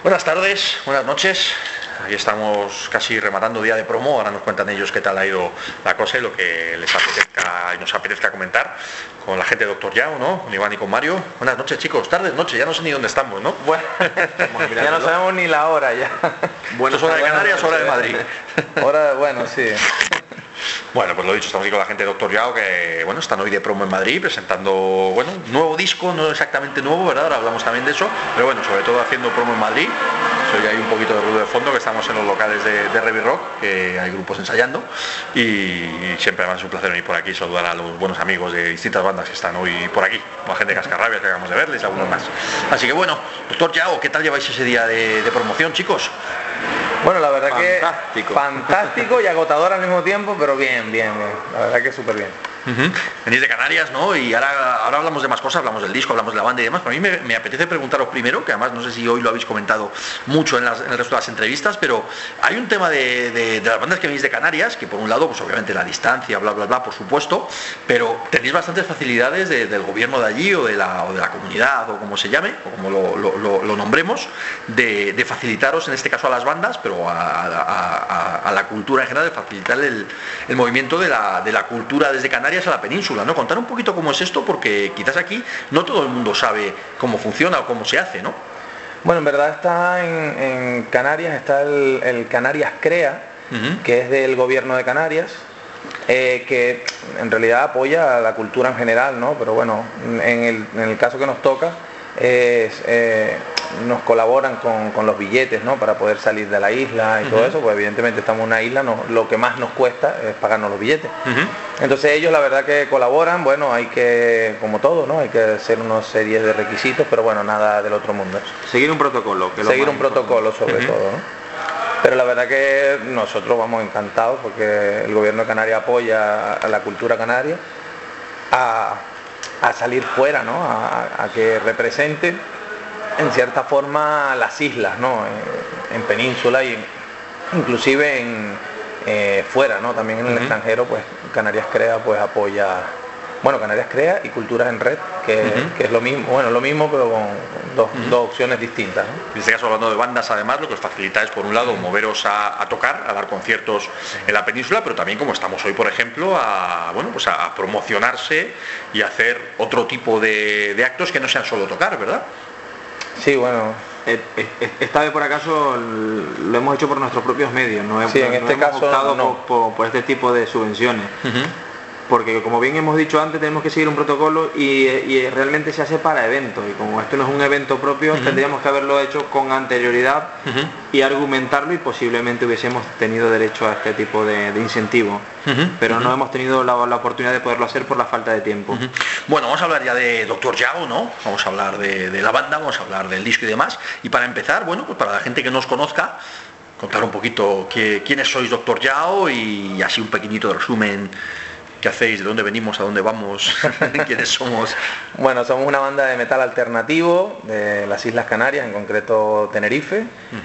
Buenas tardes, buenas noches. Aquí estamos casi rematando día de promo. Ahora nos cuentan ellos qué tal ha ido la cosa y lo que les apetezca y nos apetezca comentar con la gente de Doctor Yao, ¿no? Con Iván y con Mario. Buenas noches, chicos. Tardes, noche, ya no sé ni dónde estamos, ¿no? Bueno, ya no sabemos ni la hora ya. Bueno, es hora de Canarias, hora de Madrid. Bueno, sí. Bueno, pues lo dicho, estamos aquí con la gente de Doctor Yao, que bueno, están hoy de promo en Madrid presentando, bueno, nuevo disco, no exactamente nuevo, ¿verdad? Ahora hablamos también de eso, pero bueno, sobre todo haciendo promo en Madrid. Soy hay un poquito de ruido de fondo, que estamos en los locales de Revi Rock, que hay grupos ensayando, y siempre además es un placer venir por aquí, saludar a los buenos amigos de distintas bandas que están hoy por aquí, la gente de Cascarrabias que acabamos de verles, algunos más. Así que bueno, Doctor Yao, ¿qué tal lleváis ese día de promoción, chicos? Bueno, la verdad fantástico. Que fantástico y agotador al mismo tiempo, pero bien. La verdad que súper bien. Venís de Canarias, ¿no? Y ahora hablamos de más cosas, hablamos del disco, hablamos de la banda y demás. Pero a mí me apetece preguntaros primero, que además no sé si hoy lo habéis comentado mucho en el resto de las entrevistas, pero hay un tema de las bandas que venís de Canarias, que por un lado, pues obviamente la distancia, bla, bla, bla, por supuesto, pero tenéis bastantes facilidades del gobierno de allí o de la comunidad, o como se llame, o como lo nombremos, de facilitaros, en este caso a las bandas, pero a la cultura en general, de facilitar el movimiento de la cultura desde Canarias a la península, ¿no? Contar un poquito cómo es esto, porque quizás aquí no todo el mundo sabe cómo funciona o cómo se hace, ¿no? Bueno, en verdad está en Canarias, está el Canarias Crea, que es del gobierno de Canarias, que en realidad apoya a la cultura en general, ¿no? Pero bueno, en el caso que nos toca, nos colaboran con los billetes, ¿no? Para poder salir de la isla y todo eso, pues evidentemente estamos en una isla, lo que más nos cuesta es pagarnos los billetes. Entonces ellos la verdad que colaboran, bueno, hay que, como todo, ¿no? Hay que hacer una serie de requisitos, pero bueno, nada del otro mundo. Seguir un protocolo. Seguir un protocolo sobre todo, ¿no? Pero la verdad que nosotros vamos encantados porque el gobierno de Canarias apoya a la cultura canaria a salir fuera, ¿no? A que represente en cierta forma las islas, ¿no? En península y inclusive fuera, ¿no? También en el extranjero, pues Canarias Crea pues apoya, bueno, Canarias Crea y Culturas en Red, que es lo mismo, bueno, lo mismo pero con dos opciones distintas, ¿no? En este caso, hablando de bandas, además, lo que os facilita es, por un lado, moveros a tocar, a dar conciertos en la península, pero también, como estamos hoy, por ejemplo, a promocionarse y hacer otro tipo de actos que no sean solo tocar, ¿verdad? Sí, bueno. Esta vez por acaso lo hemos hecho por nuestros propios medios, no sí, en este hemos caso optado no. por este tipo de subvenciones. Porque como bien hemos dicho antes, tenemos que seguir un protocolo y realmente se hace para eventos, y como esto no es un evento propio, tendríamos que haberlo hecho con anterioridad y argumentarlo, y posiblemente hubiésemos tenido derecho a este tipo de incentivo, pero no hemos tenido la oportunidad de poderlo hacer por la falta de tiempo. Bueno, vamos a hablar ya de Doctor Yao, ¿no? Vamos a hablar de la banda, vamos a hablar del disco y demás, y para empezar, bueno, pues para la gente que no os conozca, contar un poquito quiénes sois Doctor Yao y así un pequeñito resumen. ¿Qué hacéis? ¿De dónde venimos? ¿A dónde vamos? ¿Quiénes somos? Bueno, somos una banda de metal alternativo de las Islas Canarias, en concreto Tenerife.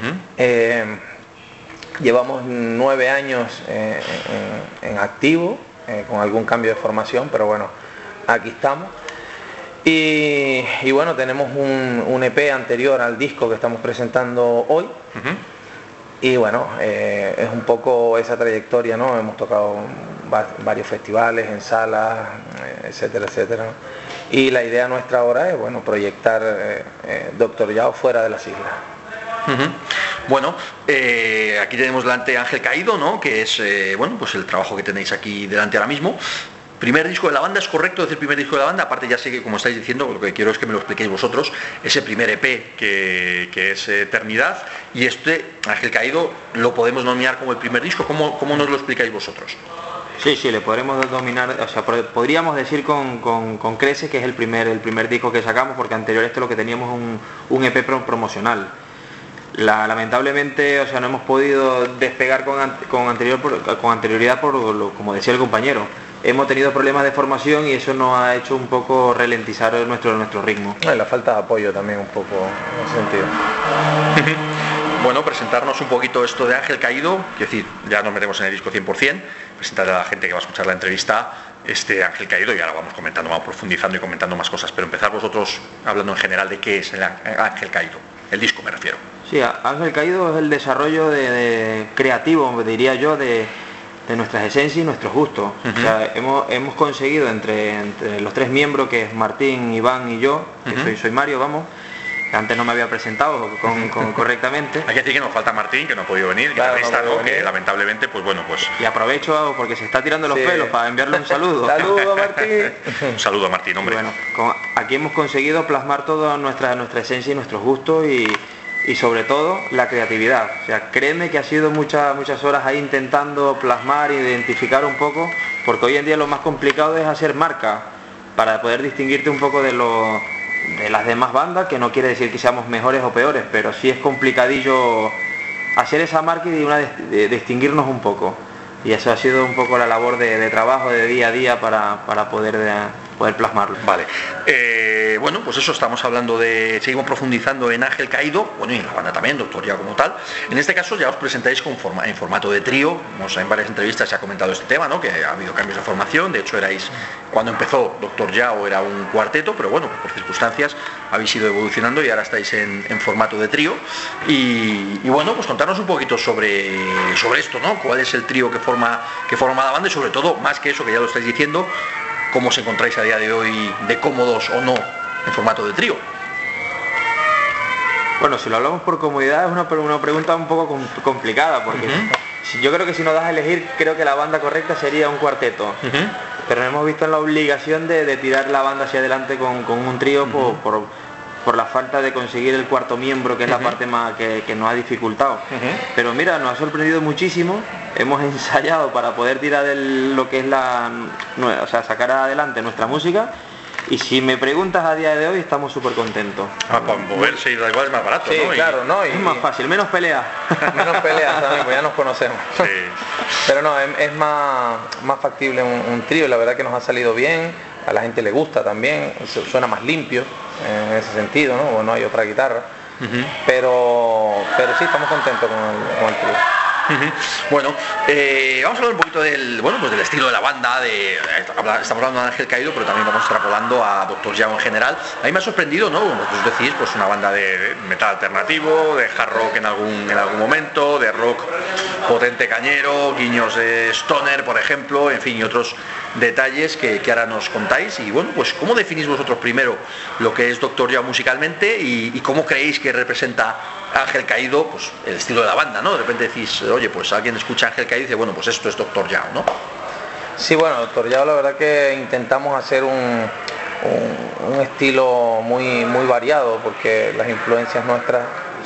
Llevamos 9 años en activo, con algún cambio de formación, pero bueno, aquí estamos. Y bueno, tenemos un EP anterior al disco que estamos presentando hoy. Y bueno, es un poco esa trayectoria, ¿no? Hemos tocado varios festivales, en salas, etcétera, etcétera, ¿no? Y la idea nuestra ahora es, bueno, proyectar Doctor Yao fuera de las islas. Bueno, aquí tenemos delante Ángel Caído, ¿no? Que es, bueno, pues el trabajo que tenéis aquí delante ahora mismo. Primer disco de la banda, ¿es correcto decir primer disco de la banda? Aparte ya sé que, como estáis diciendo, lo que quiero es que me lo expliquéis vosotros, ese primer EP que es Eternidad, y este, Ángel Caído, ¿lo podemos nominar como el primer disco? ¿Cómo nos lo explicáis vosotros? Sí, le podremos dominar, o sea, podríamos decir con creces que es el primer disco que sacamos, porque anterior a esto lo que teníamos un EP promocional. Lamentablemente, o sea, no hemos podido despegar con anterioridad como decía el compañero. Hemos tenido problemas de formación y eso nos ha hecho un poco ralentizar nuestro ritmo. La falta de apoyo también un poco en ese sentido. Bueno, presentarnos un poquito esto de Ángel Caído, es decir, ya nos metemos en el disco 100%, presentar a la gente que va a escuchar la entrevista este Ángel Caído, y ahora vamos comentando, vamos profundizando y comentando más cosas, pero empezar vosotros hablando en general de qué es el Ángel Caído. el disco me refiero. Sí, Ángel Caído es el desarrollo creativo, diría yo, de nuestras esencias y nuestros gustos. O sea, hemos conseguido entre los tres miembros, que es Martín, Iván y yo, que soy Mario, vamos. Antes no me había presentado correctamente. Hay que decir que nos falta Martín, que no ha podido venir, guitarrista, ¿no? Que lamentablemente, pues bueno, pues... Y aprovecho porque se está tirando los pelos para enviarle un saludo. Saludo, Martín. Un saludo a Martín, hombre. Y bueno, aquí hemos conseguido plasmar toda nuestra esencia y nuestros gustos y sobre todo la creatividad. O sea, créeme que ha sido muchas horas ahí intentando plasmar, identificar un poco, porque hoy en día lo más complicado es hacer marca para poder distinguirte un poco de las demás bandas, que no quiere decir que seamos mejores o peores, pero sí es complicadillo hacer esa marca y de distinguirnos un poco. Y eso ha sido un poco la labor de trabajo de día a día para poder plasmarlo. Vale. Bueno, pues eso, seguimos profundizando en Ángel Caído, bueno, y en la banda también, Doctor Yao como tal. En este caso ya os presentáis en formato de trío. En varias entrevistas se ha comentado este tema, ¿no? Que ha habido cambios de formación. De hecho, cuando empezó Doctor Yao era un cuarteto, pero bueno, por circunstancias habéis ido evolucionando y ahora estáis en formato de trío. Y bueno, pues contarnos un poquito sobre esto, ¿no? ¿Cuál es el trío que forma la banda? Y sobre todo, más que eso, que ya lo estáis diciendo, ¿cómo os encontráis a día de hoy, de cómodos o no en formato de trío? Bueno, si lo hablamos por comodidad es una pregunta un poco complicada, porque yo creo que si nos das a elegir, creo que la banda correcta sería un cuarteto. Pero nos hemos visto en la obligación de tirar la banda hacia adelante con un trío por la falta de conseguir el cuarto miembro, que es la parte más que nos ha dificultado. Pero mira, nos ha sorprendido muchísimo. Hemos ensayado para poder tirar lo que es sacar adelante nuestra música. Y si me preguntas a día de hoy, estamos súper contentos. Para moverse y da igual, es más barato, sí, ¿no? Claro, ¿no? Es más fácil, menos peleas. Menos peleas también, pues ya nos conocemos. Sí. Pero no, es más factible un trío, la verdad que nos ha salido bien, a la gente le gusta también, suena más limpio en ese sentido, ¿no? No hay otra guitarra. Pero sí, estamos contentos con el trío. Bueno, vamos a hablar un poquito del estilo de la banda. Estamos hablando de Ángel Caído, pero también vamos extrapolando a Doctor Yao en general. A mí me ha sorprendido, ¿no? Vosotros decís, pues una banda de metal alternativo, de hard rock en algún momento, de rock potente cañero, guiños de stoner, por ejemplo, en fin, y otros detalles que ahora nos contáis. Y bueno, pues ¿cómo definís vosotros primero lo que es Doctor Yao musicalmente y cómo creéis que representa Ángel Caído, pues el estilo de la banda, ¿no? De repente decís, oye, pues alguien escucha Ángel Caído y dice, bueno, pues esto es Doctor Yao, ¿no? Sí, bueno, Doctor Yao la verdad que intentamos hacer un estilo muy variado, porque las influencias nuestras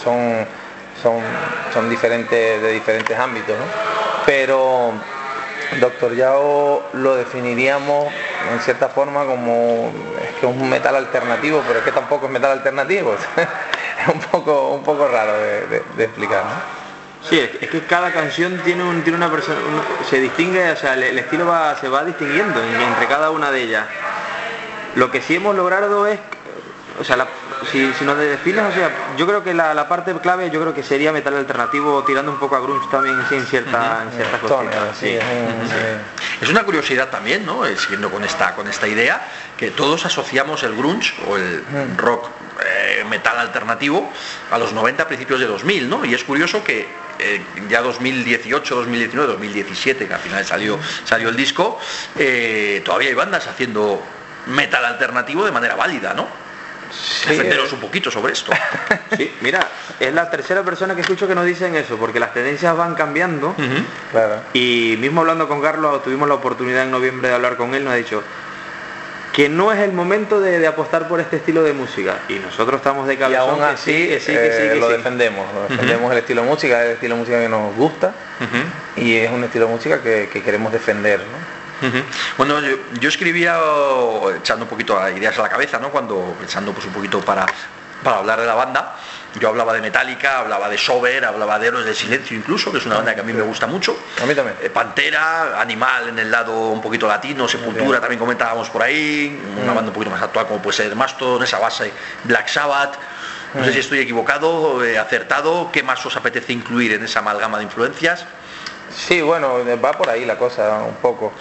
son diferentes, de diferentes ámbitos, ¿no? Pero Doctor Yao lo definiríamos en cierta forma como es un metal alternativo, pero es que tampoco es metal alternativo. Es un poco raro de explicar, ¿no? Sí, es que cada canción tiene una persona, se distingue, o sea, el estilo se va distinguiendo entre cada una de ellas. Lo que sí hemos logrado es, o sea, si nos defines, o sea, yo creo que la parte clave, yo creo que sería metal alternativo, tirando un poco a grunge también, sí, en ciertas cositas. Sí. Es una curiosidad también, ¿no? Siguiendo con esta idea, que todos asociamos el grunge o el rock metal alternativo a los 90, principios de 2000, ¿no? Y es curioso que ya 2018, 2019, 2017, que al final salió el disco, todavía hay bandas haciendo metal alternativo de manera válida, ¿no? Sí, defenderos un poquito sobre esto. Sí, mira, es la tercera persona que escucho que nos dicen eso, porque las tendencias van cambiando. Claro. Y mismo hablando con Carlos, tuvimos la oportunidad en noviembre de hablar con él, nos ha dicho que no es el momento de apostar por este estilo de música, y nosotros estamos de cabeza. Y aún así lo defendemos el estilo de música, es el estilo de música que nos gusta, y es un estilo de música que queremos defender, ¿no? Bueno, yo escribía echando un poquito ideas a la cabeza, ¿no? Pensando pues un poquito para hablar de la banda. Yo hablaba de Metallica, hablaba de Sober, hablaba de Héroes del Silencio incluso, que es una banda que a mí me gusta mucho. A mí también. Pantera, Animal en el lado un poquito latino, Sepultura también comentábamos por ahí, una banda un poquito más actual como puede ser Mastodon, esa base, Black Sabbath. No sé si estoy equivocado, acertado. ¿Qué más os apetece incluir en esa amalgama de influencias? Sí, bueno, va por ahí la cosa un poco.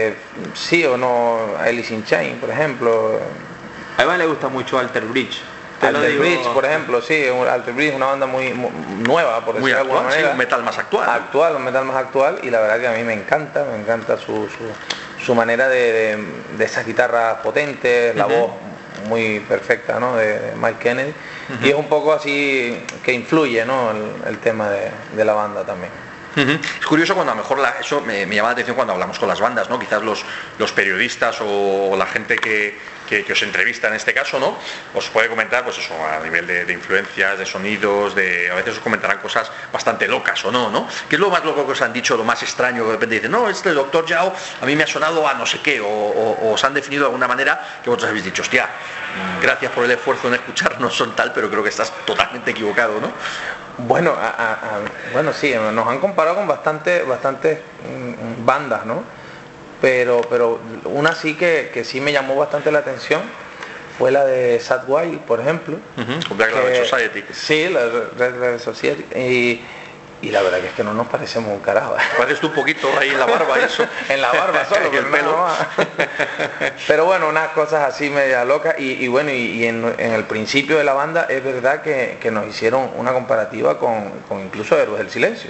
Sí o no, Alice in Chains, por ejemplo. A Iván le gusta mucho Alter Bridge. Alter Bridge, por ejemplo, sí, Alter Bridge es una banda muy nueva, por decirlo de alguna manera. Sí, un metal más actual. Un metal más actual, y la verdad que a mí me encanta su manera de esas guitarras potentes, la voz muy perfecta, ¿no?, de Mike Kennedy, y es un poco así que influye, ¿no?, el tema de la banda también. Es curioso cuando a lo mejor eso me llama la atención cuando hablamos con las bandas, ¿no? Quizás los periodistas o la gente que os entrevista en este caso, ¿no?, os puede comentar, pues eso, a nivel de influencias, de sonidos, a veces os comentarán cosas bastante locas o no. ¿Qué es lo más loco que os han dicho, lo más extraño, que de repente dicen, no, este Dr. Yao a mí me ha sonado a no sé qué, o os han definido de alguna manera que vosotros habéis dicho, hostia, gracias por el esfuerzo en escucharnos, son tal, pero creo que estás totalmente equivocado, ¿no? Bueno, bueno, sí, nos han comparado con bastantes bandas, ¿no? Pero una sí que sí me llamó bastante la atención fue la de Zakk Wylde, por ejemplo. Con Black Label Society. Sí, la Red Label Society. Y la verdad que es que no nos parecemos un carajo. Pareces tú un poquito ahí en la barba y eso. En la barba solo, el pelo. Pero bueno, unas cosas así media locas. Y bueno, en el principio de la banda es verdad que nos hicieron una comparativa con incluso Héroes del Silencio.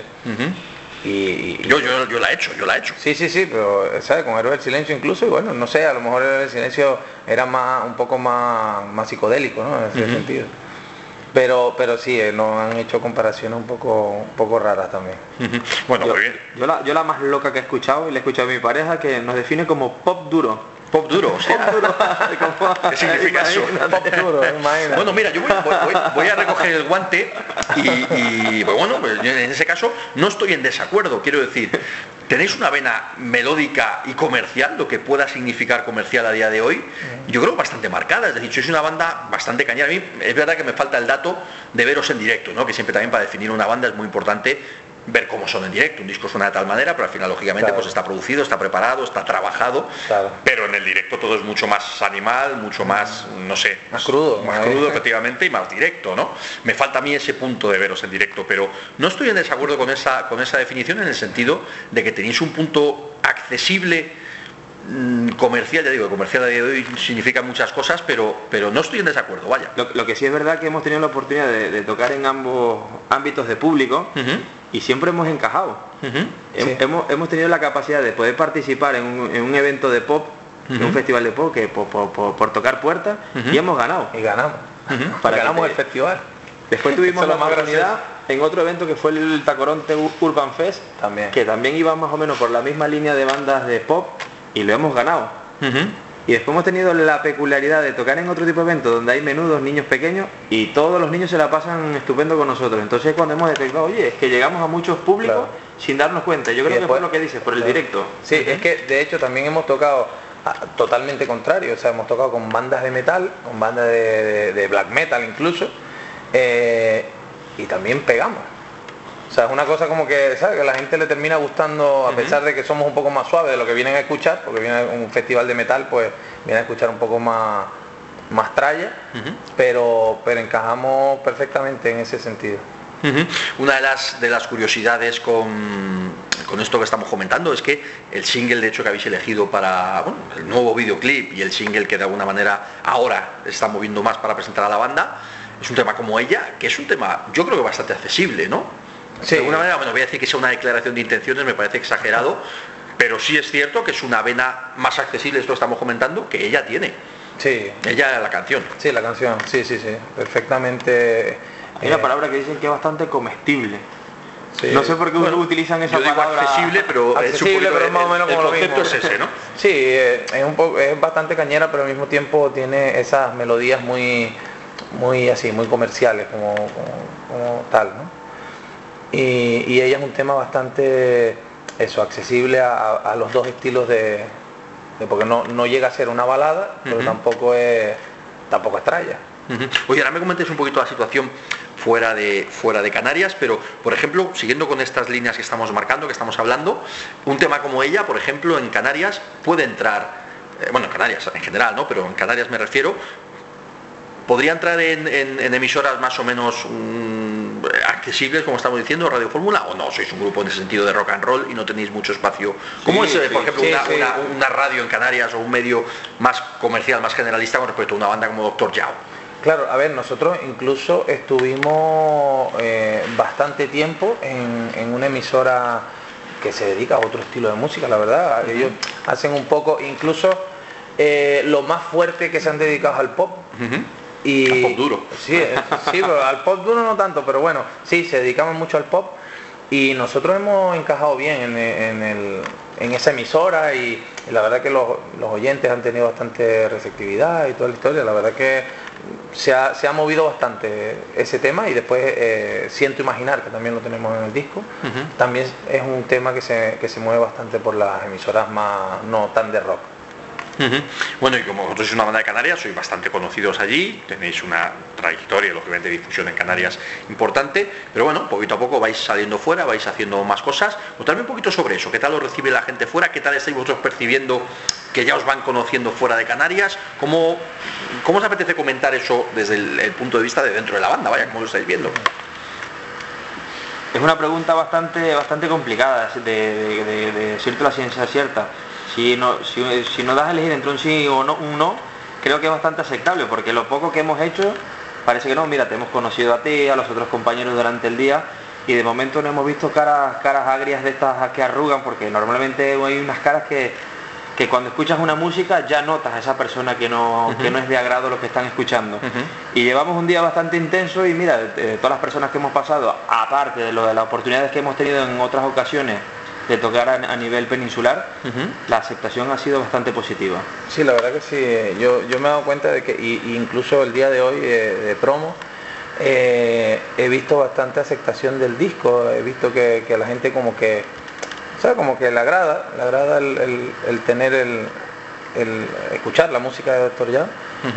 Yo la he hecho. Sí, pero ¿sabes? Con Héroes del Silencio incluso, y bueno, no sé, a lo mejor Héroes del Silencio era un poco más psicodélico, ¿no?, en ese sentido. Pero sí, nos han hecho comparaciones un poco raras también. Bueno, muy bien. Yo la más loca que he escuchado, y la he escuchado a mi pareja, que nos define como pop duro. Pop duro, o sea, ¿qué significa eso? Pop duro, imagínate. Bueno, mira, yo voy a recoger el guante y pues bueno, pues en ese caso no estoy en desacuerdo, quiero decir, tenéis una vena melódica y comercial, lo que pueda significar comercial a día de hoy, yo creo bastante marcada, es decir, sois una banda bastante cañera. A mí es verdad que me falta el dato de veros en directo, ¿no?, que siempre también para definir una banda es muy importante ver cómo son en directo. Un disco suena de tal manera, pero al final lógicamente claro, pues está producido, está preparado, está trabajado, claro, pero en el directo todo es mucho más animal, mucho más, no sé, más crudo efectivamente, y más directo, ¿no? Me falta a mí ese punto de veros en directo, pero no estoy en desacuerdo con esa definición, en el sentido de que tenéis un punto accesible, comercial. Ya digo, comercial a día de hoy significa muchas cosas, pero no estoy en desacuerdo, vaya. Lo que sí es verdad que hemos tenido la oportunidad de tocar en ambos ámbitos de público, y siempre hemos encajado. Sí. Hemos tenido la capacidad de poder participar en un evento de pop, en un festival de pop, que por tocar puertas, y hemos ganado. Y ganamos. Ganamos el festival. Después tuvimos la oportunidad en otro evento que fue el Tacoronte Urban Fest, que también iba más o menos por la misma línea de bandas de pop, y lo hemos ganado. Y después hemos tenido la peculiaridad de tocar en otro tipo de eventos donde hay menudos, niños pequeños, y todos los niños se la pasan estupendo con nosotros. Entonces cuando hemos detectado, oye, es que llegamos a muchos públicos, claro, sin darnos cuenta. Yo creo que fue lo que dices, por el directo. Sí, es que de hecho también hemos tocado totalmente contrario. O sea, hemos tocado con bandas de metal, con bandas de black metal incluso, y también pegamos. O sea, es una cosa como que, ¿sabes?, que a la gente le termina gustando, a pesar de que somos un poco más suaves de lo que vienen a escuchar, porque viene un festival de metal, pues viene a escuchar un poco más tralla, pero encajamos perfectamente en ese sentido. Una de las curiosidades con esto que estamos comentando es que el single, de hecho, que habéis elegido para el nuevo videoclip, y el single que de alguna manera ahora está moviendo más para presentar a la banda, es un tema como Ella, que es un tema, yo creo que bastante accesible, ¿no? Sí. De alguna manera, bueno, voy a decir que sea una declaración de intenciones, me parece exagerado, pero sí es cierto que es una vena más accesible, esto estamos comentando, que Ella tiene. Sí. Ella, la canción. Sí, la canción, sí, perfectamente. Hay una palabra que dicen que es bastante comestible. Sí. No sé por qué utilizan esa palabra. Accesible, pero accesible, pero más o menos como el concepto es ese, ¿no? Sí, es bastante cañera, pero al mismo tiempo tiene esas melodías muy así, muy comerciales, como tal, ¿no? Y Ella es un tema bastante accesible a los dos estilos de porque no llega a ser una balada, pero tampoco es tralla. Oye, ahora me comentéis un poquito la situación fuera de Canarias, pero por ejemplo, siguiendo con estas líneas que estamos marcando, que estamos hablando, un tema como Ella, por ejemplo, en Canarias puede entrar, bueno, en Canarias en general, ¿no?, pero en Canarias me refiero, podría entrar en emisoras más o menos accesibles, como estamos diciendo, Radio Fórmula, o no, sois un grupo en ese sentido de rock and roll y no tenéis mucho espacio. ¿Cómo es, por ejemplo, una radio en Canarias, o un medio más comercial, más generalista con respecto a una banda como Dr. Yao? Claro, a ver, nosotros incluso estuvimos bastante tiempo en una emisora que se dedica a otro estilo de música, la verdad. Ellos hacen un poco, incluso lo más fuerte que se han dedicado al pop. Y al pop duro. Sí, pero al pop duro no tanto, pero bueno, sí, se dedicaban mucho al pop. Y nosotros hemos encajado bien en esa emisora y la verdad que los oyentes han tenido bastante receptividad y toda la historia. La verdad que se ha movido bastante ese tema y después Siento Imaginar, que también lo tenemos en el disco, también es un tema que se mueve bastante por las emisoras más no tan de rock. Bueno, y como vosotros sois una banda de Canarias, sois bastante conocidos allí, tenéis una trayectoria, lógicamente, de difusión en Canarias importante, pero bueno, poquito a poco vais saliendo fuera, vais haciendo más cosas. Contadme un poquito sobre eso, ¿qué tal os recibe la gente fuera? ¿Qué tal estáis vosotros percibiendo que ya os van conociendo fuera de Canarias? ¿Cómo os apetece comentar eso desde el punto de vista de dentro de la banda? Vaya, ¿cómo lo estáis viendo? Es una pregunta bastante complicada de decirte la ciencia cierta. Si nos das a elegir entre un sí o un no, creo que es bastante aceptable, porque lo poco que hemos hecho, parece que no. Mira, te hemos conocido a ti, a los otros compañeros durante el día, y de momento no hemos visto caras agrias de estas que arrugan, porque normalmente hay unas caras que cuando escuchas una música ya notas a esa persona que no es de agrado lo que están escuchando. Y llevamos un día bastante intenso y mira, todas las personas que hemos pasado, aparte de las oportunidades que hemos tenido en otras ocasiones, de tocar a nivel peninsular, la aceptación ha sido bastante positiva. Sí, la verdad que sí. Yo me he dado cuenta de que incluso el día de hoy de promo he visto bastante aceptación del disco. He visto que a la gente como que, o sea, como que le agrada el tener el escuchar la música de Dr. Dja.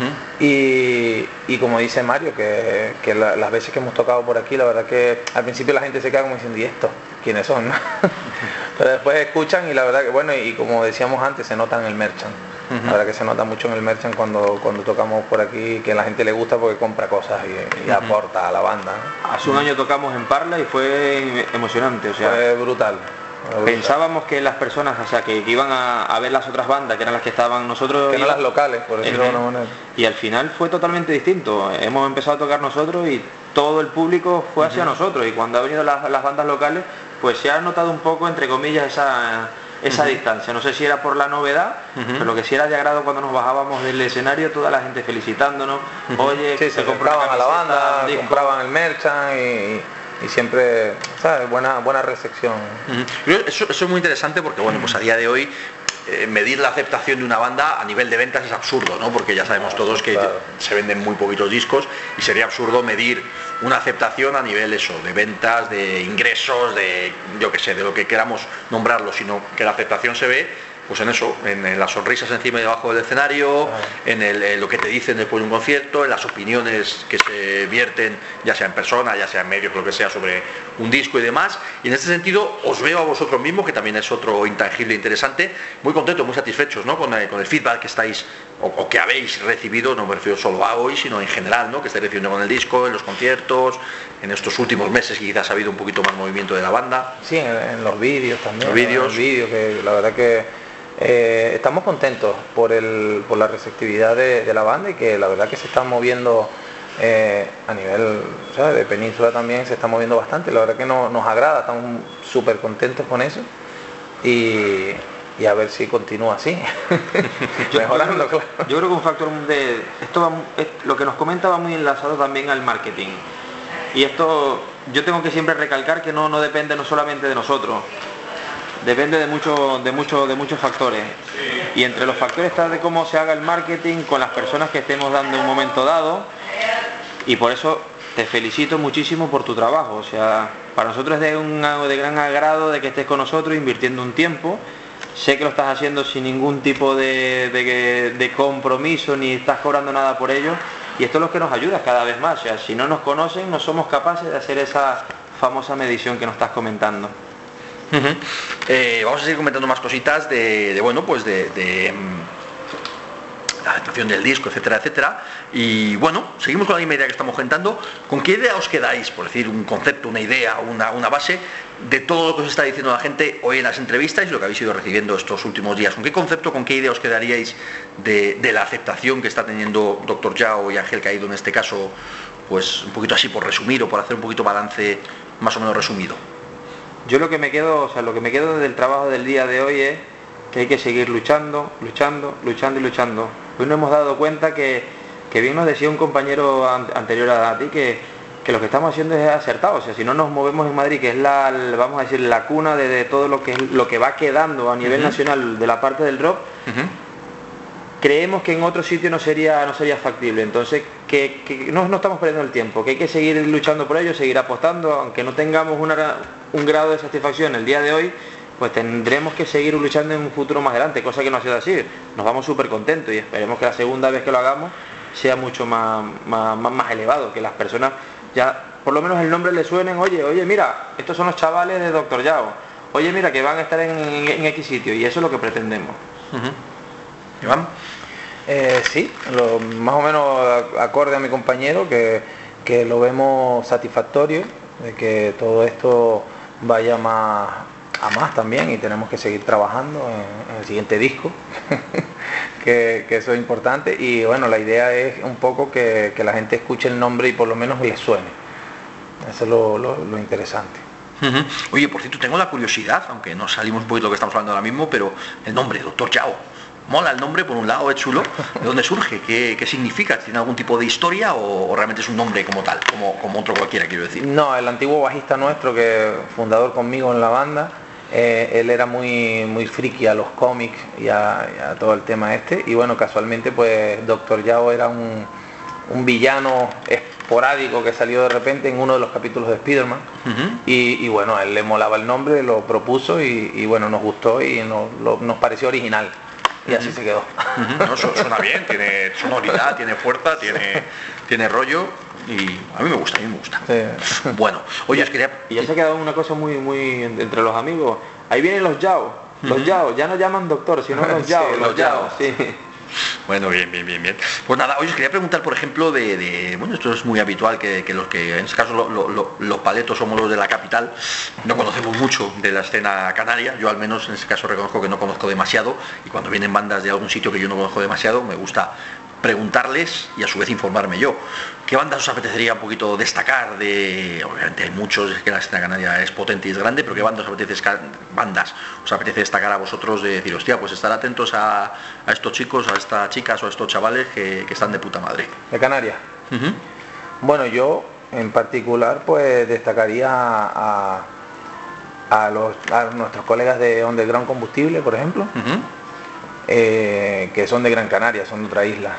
Y como dice Mario, que las veces que hemos tocado por aquí, la verdad que al principio la gente se queda como diciendo, ¿y esto? ¿Quiénes son? Pero después escuchan y la verdad que, bueno, y como decíamos antes, se nota en el merchant. La verdad que se nota mucho en el merchant cuando tocamos por aquí, que a la gente le gusta porque compra cosas y aporta a la banda. Hace un año tocamos en Parla y fue emocionante, o sea, fue brutal. Pensábamos que las personas, o sea, que iban a ver las otras bandas, que eran las que estaban nosotros, que no las locales, por decirlo de alguna manera. Y al final fue totalmente distinto. Hemos empezado a tocar nosotros y todo el público fue hacia nosotros, y cuando han venido las bandas locales, pues se ha notado un poco, entre comillas, esa distancia. No sé si era por la novedad, pero lo que sí era de agrado cuando nos bajábamos del escenario, toda la gente felicitándonos. Oye, sí, se compraban a la banda, compraban el merchant y siempre, ¿sabes? Buena recepción. Eso es muy interesante porque, bueno, pues a día de hoy medir la aceptación de una banda a nivel de ventas es absurdo, ¿no? Porque ya sabemos todos que se venden muy poquitos discos y sería absurdo medir una aceptación a nivel de ventas, de ingresos, de, yo qué sé, de lo que queramos nombrarlo, sino que la aceptación se ve pues en eso, en las sonrisas encima y debajo del escenario, en lo que te dicen después de un concierto, en las opiniones que se vierten, ya sea en persona, ya sea en medios, lo que sea, sobre un disco y demás. Y en este sentido os veo a vosotros mismos, que también es otro intangible interesante, muy contentos, muy satisfechos, ¿no? con el feedback que estáis o que habéis recibido, no me refiero solo a hoy, sino en general, ¿no? Que estáis recibiendo con el disco, en los conciertos, en estos últimos meses quizás ha habido un poquito más movimiento de la banda. Sí, en los vídeos también. Los vídeos. Que la verdad que estamos contentos por la receptividad de la banda, y que la verdad que se están moviendo a nivel, ¿sabes?, de península también se está moviendo bastante. La verdad que nos agrada, estamos súper contentos con eso y a ver si continúa así. Mejorando, claro. Yo creo que un factor de esto lo que nos comenta va muy enlazado también al marketing, y esto yo tengo que siempre recalcar que no depende no solamente de nosotros. Depende de muchos factores, y entre los factores está de cómo se haga el marketing con las personas que estemos dando en un momento dado, y por eso te felicito muchísimo por tu trabajo. O sea, para nosotros es de gran agrado de que estés con nosotros invirtiendo un tiempo. Sé que lo estás haciendo sin ningún tipo de compromiso, ni estás cobrando nada por ello, y esto es lo que nos ayuda cada vez más. O sea, si no nos conocen, no somos capaces de hacer esa famosa medición que nos estás comentando. Vamos a seguir comentando más cositas de la aceptación del disco, etcétera, etcétera. Y bueno, seguimos con la misma idea que estamos comentando. ¿Con qué idea os quedáis? Por decir un concepto, una idea, una base de todo lo que os está diciendo la gente hoy en las entrevistas y lo que habéis ido recibiendo estos últimos días. ¿Con qué concepto, con qué idea os quedaríais de la aceptación que está teniendo Dr. Yao y Ángel Caído en este caso? Pues un poquito así por resumir o por hacer un poquito balance más o menos resumido. Yo lo que me quedo del trabajo del día de hoy es que hay que seguir luchando. Hoy nos hemos dado cuenta que bien nos decía un compañero anterior a ti que lo que estamos haciendo es acertado. O sea, si no nos movemos en Madrid, que es vamos a decir, la cuna de todo lo que va quedando a nivel nacional de la parte del rock, creemos que en otro sitio no sería factible. Entonces que no estamos perdiendo el tiempo, que hay que seguir luchando por ello, seguir apostando, aunque no tengamos un grado de satisfacción el día de hoy, pues tendremos que seguir luchando en un futuro más adelante, cosa que no ha sido así. Nos vamos súper contentos y esperemos que la segunda vez que lo hagamos sea mucho más elevado, que las personas ya por lo menos el nombre le suenen. Oye, mira, estos son los chavales de Dr. Yao, oye, mira, que van a estar en X sitio, y eso es lo que pretendemos. Iván. Sí, más o menos acorde a mi compañero, que lo vemos satisfactorio, de que todo esto vaya a más también, y tenemos que seguir trabajando en el siguiente disco, que eso es importante. Y bueno, la idea es un poco que la gente escuche el nombre y por lo menos le suene. Eso es lo interesante. Oye, por cierto, tengo la curiosidad, aunque no salimos un poquito de lo que estamos hablando ahora mismo, pero el nombre, Dr. Yao. Mola el nombre, por un lado, es chulo. ¿De dónde surge? ¿Qué significa? ¿Tiene algún tipo de historia o realmente es un nombre como tal, como otro cualquiera, quiero decir? No, el antiguo bajista nuestro, que fundador conmigo en la banda, él era muy friki a los cómics y a todo el tema este. Y bueno, casualmente pues Dr. Yao era un villano esporádico que salió de repente en uno de los capítulos de Spider-Man. Y bueno, a él le molaba el nombre, lo propuso y bueno, nos gustó y nos pareció original. Y así se quedó. No, suena bien, tiene sonoridad, tiene fuerza, tiene rollo, y a mí me gusta. Sí. Bueno, oye, os quería... Y ya se ha quedado una cosa muy entre los amigos. Ahí vienen los Yao, ya no llaman doctor, sino los Yao, sí, los Yao. Sí. Bueno, bien. Pues nada, hoy os quería preguntar, por ejemplo, bueno, esto es muy habitual, que los que, en este caso, los paletos somos los de la capital, no conocemos mucho de la escena canaria. Yo al menos en este caso reconozco que no conozco demasiado, y cuando vienen bandas de algún sitio que yo no conozco demasiado, me gusta preguntarles y a su vez informarme yo. ¿Qué bandas os apetecería un poquito destacar? Obviamente hay muchos, es que la escena canaria es potente y es grande, pero ¿qué bandas os apetece destacar a vosotros, de decir, hostia, pues estar atentos a estos chicos, a estas chicas o a estos chavales que están de puta madre? ¿De Canarias? Bueno, yo en particular pues destacaría a nuestros colegas de Underground Combustible, por ejemplo. Que son de Gran Canaria, son de otra isla.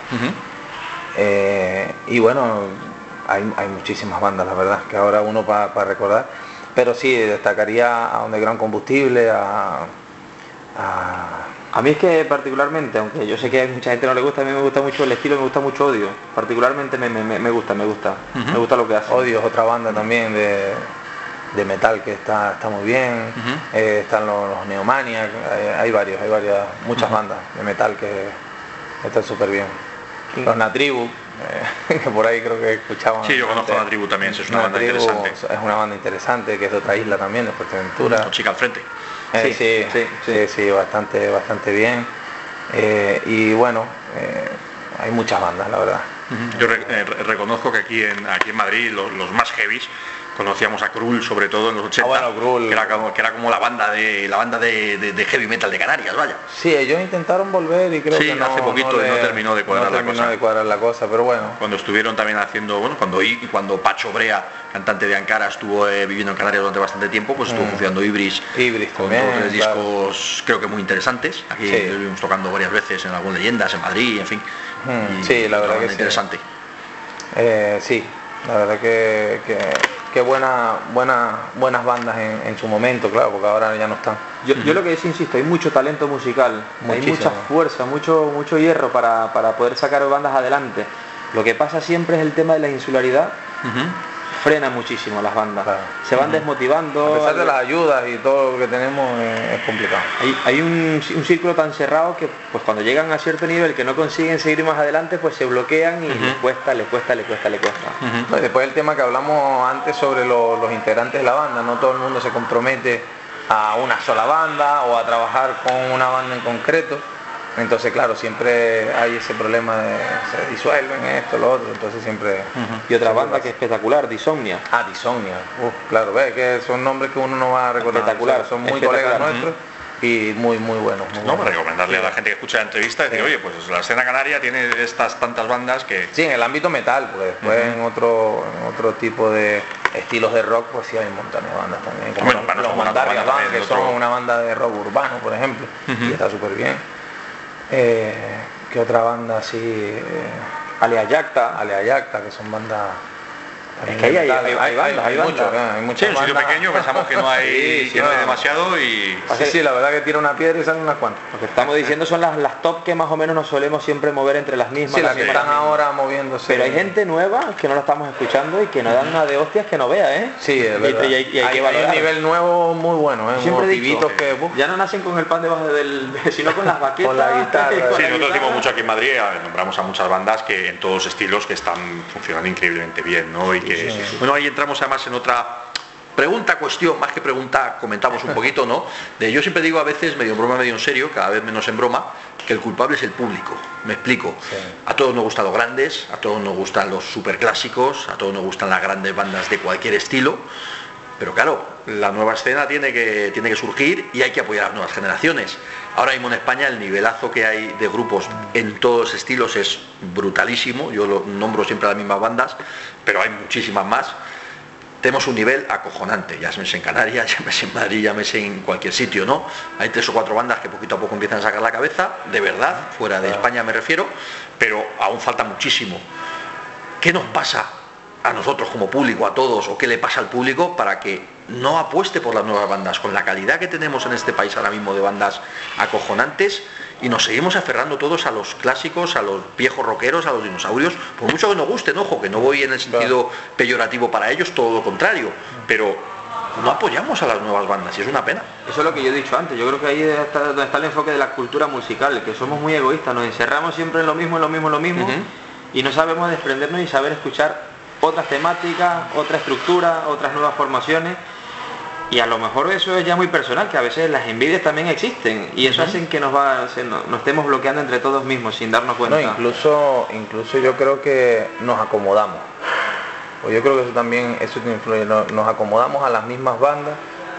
Y bueno, hay muchísimas bandas, la verdad, que ahora uno para recordar, pero sí, destacaría a Underground Combustible, a mí es que particularmente, aunque yo sé que a mucha gente no le gusta, a mí me gusta mucho el estilo, me gusta mucho Odio, particularmente me gusta lo que hace. Odio es otra banda también de metal que está muy bien. Están los Neomaniac, hay muchas bandas de metal que están súper bien. Los Natribu, que por ahí creo que escuchaban. Sí, yo conozco a Natribu también, es una banda interesante. Es una banda interesante, que es de otra isla también, de Fuerteventura. Con Chica al frente. Sí, bastante bien. Y bueno, hay muchas bandas, la verdad. Yo reconozco que aquí en Madrid los más heavies conocíamos a Krull, sobre todo en los 80, Krull, que era como la banda de heavy metal de Canarias, vaya. Sí, ellos intentaron volver y creo que no, hace poquito no terminó de cuadrar la cosa, pero bueno. Cuando estuvieron también haciendo, cuando Pacho Brea, cantante de Ankara, estuvo viviendo en Canarias durante bastante tiempo, pues estuvo funcionando Ibris con también, 2 discos creo que muy interesantes. Aquí estuvimos tocando varias veces en algunas leyendas, en Madrid, en fin. Sí, la verdad que interesante. Sí, la verdad que buenas bandas en su momento, claro, porque ahora ya no están. Yo lo que es, insisto, hay mucho talento musical, hay mucha fuerza, mucho hierro para poder sacar bandas adelante. Lo que pasa siempre es el tema de la insularidad, frena muchísimo las bandas. Claro. Se van desmotivando. A pesar de las ayudas y todo lo que tenemos, es complicado. Hay un círculo tan cerrado que pues cuando llegan a cierto nivel que no consiguen seguir más adelante, pues se bloquean y les cuesta. No, y después el tema que hablamos antes sobre los integrantes de la banda, no todo el mundo se compromete a una sola banda o a trabajar con una banda en concreto. Entonces, claro, siempre hay ese problema de se disuelven esto, lo otro, entonces siempre... Y otra banda que es espectacular, Disomnia. Ah, Disomnia, claro, ves que son nombres que uno no va a recordar. Espectacular, o sea, son muy colegas nuestros y muy buenos. No, para recomendarle a la gente que escucha la entrevista, decir, oye, pues la escena canaria tiene estas tantas bandas que... Sí, en el ámbito metal, pues después en otro tipo de estilos de rock, pues sí hay un montón de bandas también. Como los Mandarrias Band, que son una banda de rock urbano, por ejemplo, y está súper bien. ¿Qué otra banda así? Alea Yacta, que son bandas... Es que hay muchas sí, en un sitio pequeño pensamos que no hay, no hay demasiado y... Sí, la verdad que tira una piedra y salen unas cuantas. Lo que estamos diciendo son las top que más o menos nos solemos siempre mover entre las mismas. Sí, las que están ahora moviéndose. Pero hay gente nueva que no la estamos escuchando y que nos dan una de hostias que no vea, ¿eh? Sí, es verdad. Y hay que valorar. Un nivel nuevo muy bueno, ¿eh? Siempre he dicho, que ya no nacen con el pan debajo sino con las baquetas. Con la guitarra. Sí, nosotros decimos mucho aquí en Madrid, nombramos a muchas bandas que en todos estilos que están funcionando increíblemente bien, ¿no? Y que, bueno, ahí entramos además en otra cuestión, más que pregunta, comentamos un poquito, ¿no? Yo siempre digo a veces, medio en broma, medio en serio, cada vez menos en broma, que el culpable es el público. Me explico. Sí. A todos nos gustan los grandes, a todos nos gustan los superclásicos, a todos nos gustan las grandes bandas de cualquier estilo, pero claro, la nueva escena tiene que surgir y hay que apoyar a las nuevas generaciones. Ahora mismo en España el nivelazo que hay de grupos en todos los estilos es brutalísimo. Yo lo nombro siempre a las mismas bandas, pero hay muchísimas más. Tenemos un nivel acojonante, ya llámese en Canarias, llámese en Madrid, llámese en cualquier sitio, ¿no? Hay 3 o 4 bandas que poquito a poco empiezan a sacar la cabeza, de verdad, fuera de España me refiero, pero aún falta muchísimo. ¿Qué nos pasa a nosotros como público, a todos, o qué le pasa al público para que no apueste por las nuevas bandas? Con la calidad que tenemos en este país ahora mismo de bandas acojonantes, y nos seguimos aferrando todos a los clásicos, a los viejos rockeros, a los dinosaurios, por mucho que nos gusten, ojo, que no voy en el sentido peyorativo para ellos, todo lo contrario, pero no apoyamos a las nuevas bandas y es una pena. Eso es lo que yo he dicho antes, yo creo que ahí está donde está el enfoque de la cultura musical, que somos muy egoístas, nos encerramos siempre en lo mismo, y no sabemos desprendernos y saber escuchar otras temáticas, otra estructura, otras nuevas formaciones. Y a lo mejor eso es ya muy personal, que a veces las envidias también existen y eso hacen que nos estemos bloqueando entre todos mismos sin darnos cuenta. No, incluso yo creo que nos acomodamos. Pues yo creo que eso también influye, nos acomodamos a las mismas bandas,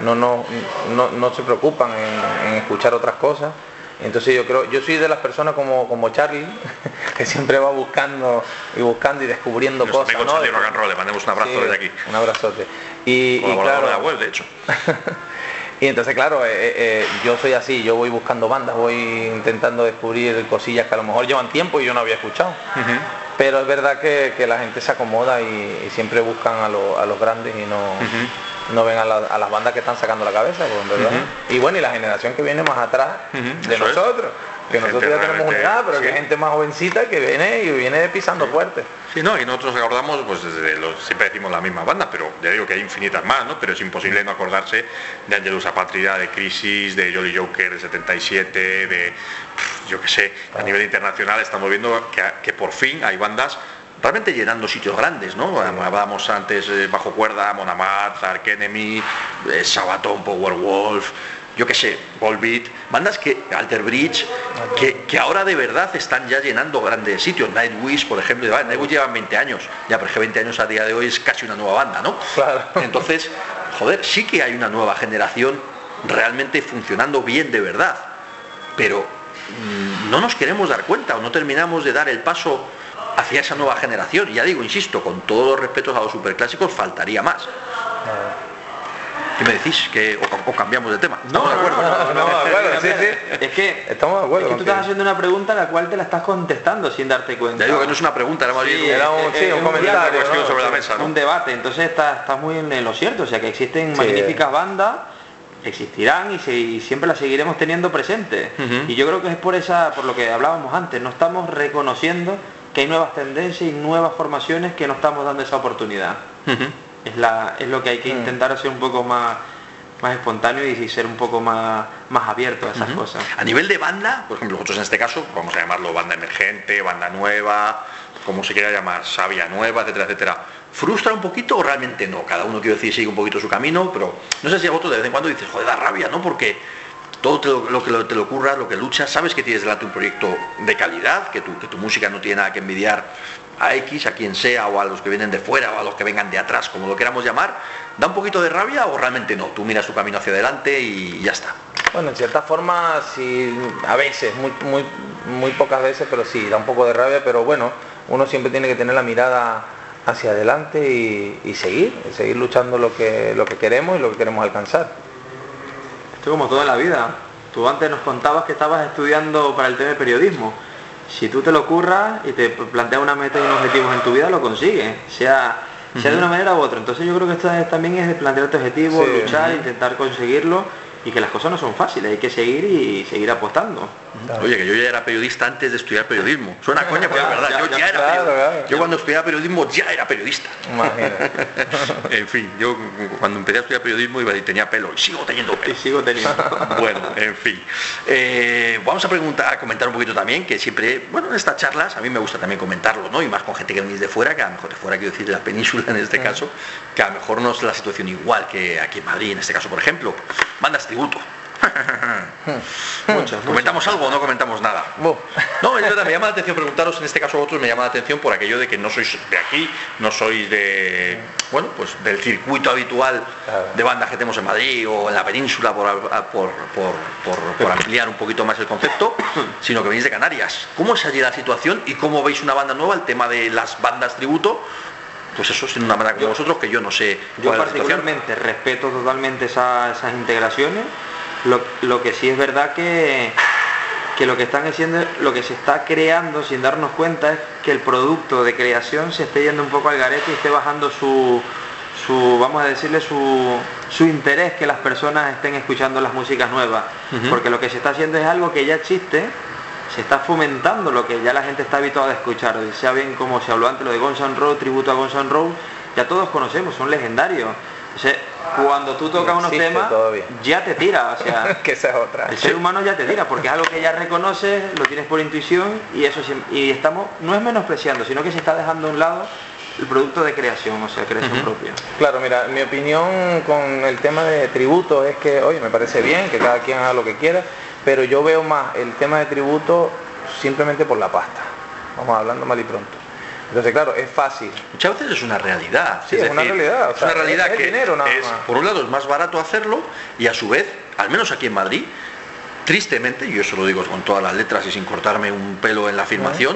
no se preocupan en escuchar otras cosas. Entonces yo soy de las personas como Charlie, que siempre va buscando y descubriendo cosas, ¿no? Charlie Rock and Roll, le mandemos un abrazo desde aquí. Un abrazote. Y claro, de la web, de hecho. Y entonces, claro, yo soy así, yo voy buscando bandas, voy intentando descubrir cosillas que a lo mejor llevan tiempo y yo no había escuchado. Pero es verdad que la gente se acomoda y siempre buscan a los grandes y no ven a las bandas que están sacando la cabeza, pues, ¿verdad? Y bueno, y la generación que viene más atrás de nosotros, que nosotros ya tenemos una edad, pero que hay gente más jovencita que viene pisando fuerte. Sí, no, y nosotros acordamos, pues siempre decimos las mismas bandas, pero ya digo que hay infinitas más, ¿no? Pero es imposible no acordarse de Angelus Apatria, de Crisis, de Jolly Joker, de 77, de, yo qué sé, a nivel internacional estamos viendo que por fin hay bandas realmente llenando sitios grandes, ¿no? Hablábamos antes Bajo Cuerda, Mon Amarth, Arch Enemy, Sabaton, Powerwolf, yo qué sé, Volbeat, bandas que, Alter Bridge, que ahora de verdad están ya llenando grandes sitios. Nightwish, por ejemplo, Nightwish llevan 20 años, ya, pero es que 20 años a día de hoy es casi una nueva banda, ¿no? Claro. Entonces, joder, sí que hay una nueva generación realmente funcionando bien de verdad, pero no nos queremos dar cuenta o no terminamos de dar el paso hacia esa nueva generación. Y ya digo, insisto, con todos los respetos a los superclásicos, faltaría más. ¿Qué me decís? ¿O cambiamos de tema? No, de acuerdo. Sí. Es que estamos de acuerdo. Es que tú estás haciendo una pregunta a la cual te la estás contestando sin darte cuenta. Ya digo que no es una pregunta, era más bien un comentario, cuestión sobre la mesa, ¿no? Un debate. Entonces estás muy en lo cierto, o sea que existen magníficas bandas, existirán y siempre las seguiremos teniendo presentes. Y yo creo que es por lo que hablábamos antes, no estamos reconociendo que hay nuevas tendencias y nuevas formaciones que no estamos dando esa oportunidad. Es lo que hay que intentar hacer un poco más espontáneo y ser un poco más abierto a esas cosas. A nivel de banda, por ejemplo, nosotros en este caso, vamos a llamarlo banda emergente, banda nueva, como se quiera llamar, sabia nueva, etcétera, etcétera. ¿Frustra un poquito o realmente no? Cada uno, quiero decir, sigue un poquito su camino, pero no sé si a vosotros de vez en cuando dices, joder, da rabia, ¿no? Porque todo lo que te lo ocurra, lo que luchas, sabes que tienes delante un proyecto de calidad, que tu música no tiene nada que envidiar a X, a quien sea, o a los que vienen de fuera, o a los que vengan de atrás, como lo queramos llamar. ¿Da un poquito de rabia o realmente no? Tú miras tu camino hacia adelante y ya está. Bueno, en cierta forma, sí, a veces, muy pocas veces, pero sí, da un poco de rabia, pero bueno, uno siempre tiene que tener la mirada hacia adelante y seguir luchando lo que queremos y lo que queremos alcanzar. Esto como toda la vida. Tú antes nos contabas que estabas estudiando para el tema de periodismo. Si tú te lo curras y te planteas una meta y unos objetivos en tu vida, lo consigues, sea de una manera u otra. Entonces yo creo que esto también es de plantearte objetivos, sí, luchar, intentar conseguirlo, y que las cosas no son fáciles, hay que seguir y seguir apostando. Oye, que yo ya era periodista antes de estudiar periodismo. Suena coña, pero es verdad, yo ya era periodista. Claro. Yo cuando estudiaba periodismo ya era periodista. En fin, yo cuando empecé a estudiar periodismo iba y tenía pelo, y sigo teniendo pelo. Y sigo teniendo. Bueno, en fin. Vamos a comentar un poquito también, que siempre, bueno, en estas charlas a mí me gusta también comentarlo, ¿no? Y más con gente que venís de fuera, que a lo mejor de fuera, quiero decir, de la península en este caso, que a lo mejor no es la situación igual que aquí en Madrid, en este caso, por ejemplo. Bandas tributo. ¿Comentamos algo o no comentamos nada? No, es verdad, me llama la atención preguntaros, en este caso a vosotros me llama la atención por aquello de que no sois de aquí, no sois de, bueno, pues del circuito habitual de bandas que tenemos en Madrid o en la península, por ampliar un poquito más el concepto, sino que venís de Canarias. ¿Cómo es allí la situación y cómo veis una banda nueva, el tema de las bandas tributo? Pues eso, sin una banda como vosotros, que yo no sé. Yo particularmente respeto totalmente esas integraciones. Lo que sí es verdad que lo que están haciendo, lo que se está creando sin darnos cuenta es que el producto de creación se esté yendo un poco al garete y esté bajando su vamos a decirle, su interés, que las personas estén escuchando las músicas nuevas. Porque lo que se está haciendo es algo que ya existe, se está fomentando lo que ya la gente está habituada a escuchar. Ya bien, como se habló antes, lo de Guns N' Roses, tributo a Guns N' Roses, ya todos conocemos, son legendarios. O sea, cuando tú tocas unos temas, todavía ya te tira, o sea, que esa es otra. El ser humano ya te tira, porque es algo que ya reconoces, lo tienes por intuición, y estamos, no es menospreciando, sino que se está dejando a un lado el producto de creación, o sea, creación propia. Claro, mira, mi opinión con el tema de tributo es que, oye, me parece bien que cada quien haga lo que quiera, pero yo veo más el tema de tributo simplemente por la pasta. Vamos hablando mal y pronto. Entonces, claro, es fácil. Muchas veces es una realidad. Sí, es una realidad. Es una realidad que dinero, nada más. Por un lado es más barato hacerlo y a su vez, al menos aquí en Madrid, tristemente, y yo eso lo digo con todas las letras y sin cortarme un pelo en la afirmación,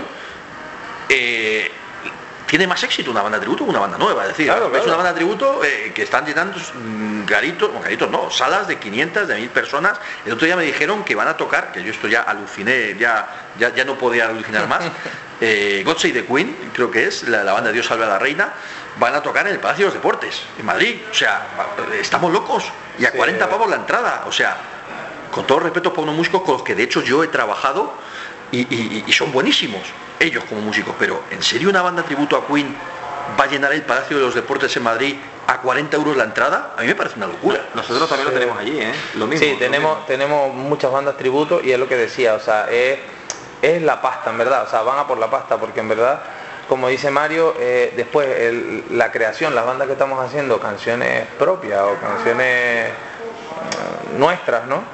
tiene más éxito una banda tributo que una banda nueva. Es decir, es una banda tributo que están llenando garitos no, salas de 500, de 1000 personas. El otro día me dijeron que van a tocar, que yo esto ya aluciné, ya no podía alucinar más. God Save the Queen, creo que es, la banda Dios salve a la reina, van a tocar en el Palacio de los Deportes, en Madrid. O sea, estamos locos. Y a 40 pavos la entrada. O sea, con todo respeto para unos músicos con los que de hecho yo he trabajado y son buenísimos, ellos como músicos, pero ¿en serio una banda tributo a Queen va a llenar el Palacio de los Deportes en Madrid a 40 euros la entrada? A mí me parece una locura. Nosotros también lo tenemos allí, lo mismo. Sí, tenemos muchas bandas tributo y es lo que decía, o sea, es la pasta, en verdad, o sea, van a por la pasta, porque en verdad, como dice Mario, después la creación, las bandas que estamos haciendo, canciones propias o canciones nuestras, ¿no?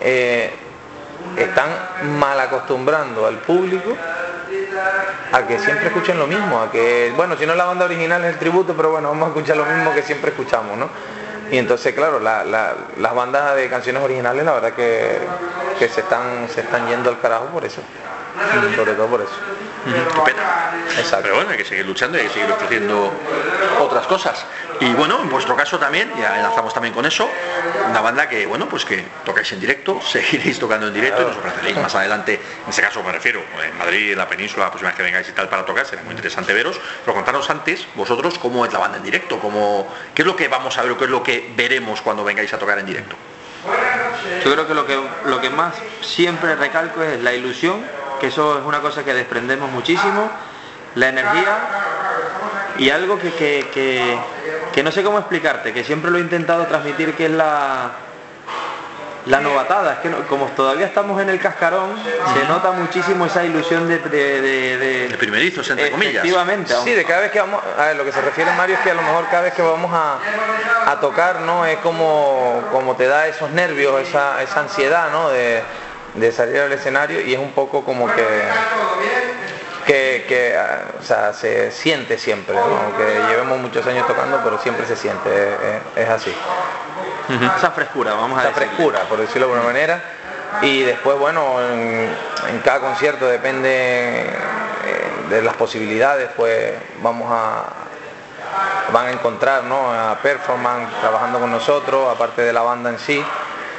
Están mal acostumbrando al público a que siempre escuchen lo mismo, a que, bueno, si no es la banda original es el tributo, pero bueno, vamos a escuchar lo mismo que siempre escuchamos, ¿no? Y entonces, claro, las bandas de canciones originales, la verdad que se están yendo al carajo por eso, sobre todo por eso. Qué pena. Exacto. Pero bueno, hay que seguir luchando y hay que seguir ofreciendo otras cosas. Y bueno, en vuestro caso también, ya enlazamos también con eso, una banda que, bueno, pues que tocáis en directo, seguiréis tocando en directo y nos ofreceréis más adelante, en ese caso me refiero, en Madrid, en la península, la próxima vez que vengáis y tal para tocar, será muy interesante veros, pero contaros antes, vosotros, cómo es la banda en directo, qué es lo que vamos a ver o qué es lo que veremos cuando vengáis a tocar en directo. Yo creo que lo que más siempre recalco es la ilusión, que eso es una cosa que desprendemos muchísimo, la energía Y algo que no sé cómo explicarte, que siempre lo he intentado transmitir, que es la novatada. Es que como todavía estamos en el cascarón, se nota muchísimo esa ilusión de primerizos, entre comillas. Efectivamente. Sí, de cada vez que vamos, a ver, lo que se refiere Mario es que a lo mejor cada vez que vamos a tocar, ¿no? Es como te da esos nervios, esa ansiedad, ¿no? De salir al escenario, y es un poco como o sea, se siente siempre, ¿no? Aunque llevemos muchos años tocando, pero siempre se siente, es así. Esa frescura, vamos a decir. Esa frescura, por decirlo de alguna manera. Y después, bueno, en cada concierto depende de las posibilidades, pues van a encontrar, ¿no? A Performance trabajando con nosotros, aparte de la banda en sí.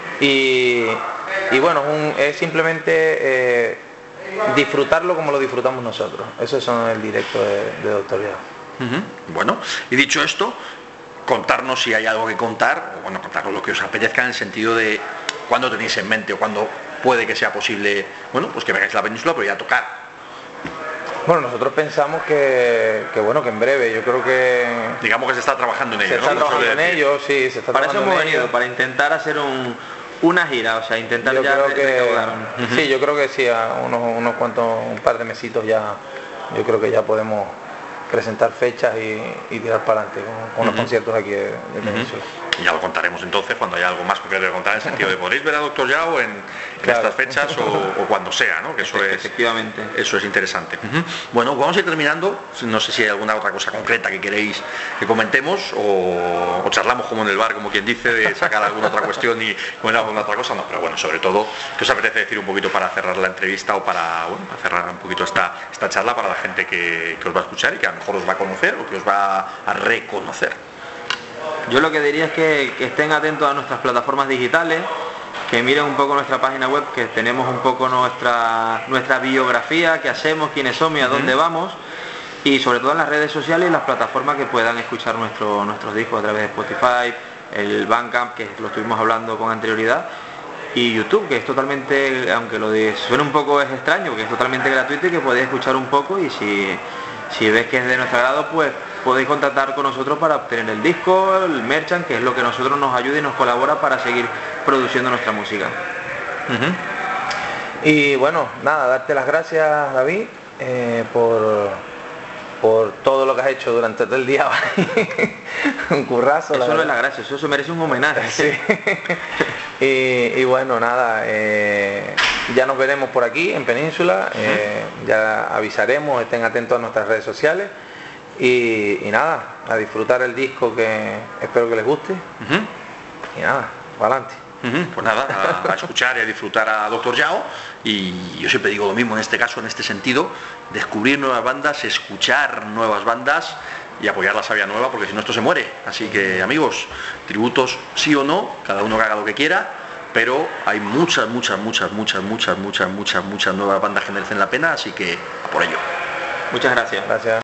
Y bueno, es simplemente disfrutarlo como lo disfrutamos nosotros. Eso es el directo de Dr. Yao. Bueno, y dicho esto, contarnos si hay algo que contar, o bueno, contarnos lo que os apetezca, en el sentido de cuándo tenéis en mente o cuándo puede que sea posible, bueno, pues que vengáis a la península, pero ya a tocar. Bueno, nosotros pensamos que en breve, yo creo que... Digamos que se está trabajando en ello, ¿no? Se está trabajando en ello, sí, se está para trabajando eso en hemos venido, para intentar hacer una gira, o sea, intentar yo ya recaudar. Sí, yo creo que sí, a unos cuantos, un par de mesitos ya, yo creo que ya podemos presentar fechas y tirar para adelante con los conciertos aquí de Península. Y ya lo contaremos entonces cuando haya algo más concreto de contar, en el sentido de podréis ver a Dr. Yao en estas fechas o cuando sea, ¿no? Que eso efectivamente. Eso es interesante. Bueno, vamos a ir terminando. No sé si hay alguna otra cosa concreta que queréis que comentemos o charlamos como en el bar, como quien dice, de sacar alguna otra cuestión y comentar alguna otra cosa. No, pero bueno, sobre todo, ¿qué os apetece decir un poquito para cerrar la entrevista o para cerrar un poquito esta charla para la gente que os va a escuchar y que a lo mejor os va a conocer o que os va a reconocer? Yo lo que diría es que estén atentos a nuestras plataformas digitales, que miren un poco nuestra página web, que tenemos un poco nuestra biografía, qué hacemos, quiénes somos y a dónde vamos, y sobre todo en las redes sociales y las plataformas que puedan escuchar nuestros discos a través de Spotify, el Bandcamp, que lo estuvimos hablando con anterioridad, y YouTube, que es totalmente, aunque lo suene un poco es extraño, que es totalmente gratuito y que podéis escuchar un poco, y si ves que es de nuestro agrado, pues podéis contactar con nosotros para obtener el disco, el merchant, que es lo que a nosotros nos ayuda y nos colabora para seguir produciendo nuestra música. Y bueno, nada, darte las gracias, David, por todo lo que has hecho durante todo el día. Un currazo. Eso no es la gracia, eso se merece un homenaje. Sí. y bueno, nada, ya nos veremos por aquí en Península, ya avisaremos, estén atentos a nuestras redes sociales y nada, a disfrutar el disco, que espero que les guste, y nada, para adelante. Pues nada, a escuchar y a disfrutar a Dr. Yao, y yo siempre digo lo mismo en este caso, en este sentido, descubrir nuevas bandas, escuchar nuevas bandas y apoyar la savia nueva, porque si no esto se muere. Así que amigos, tributos sí o no, cada uno que haga lo que quiera, pero hay muchas nuevas bandas que merecen la pena, así que a por ello. Muchas gracias. Gracias.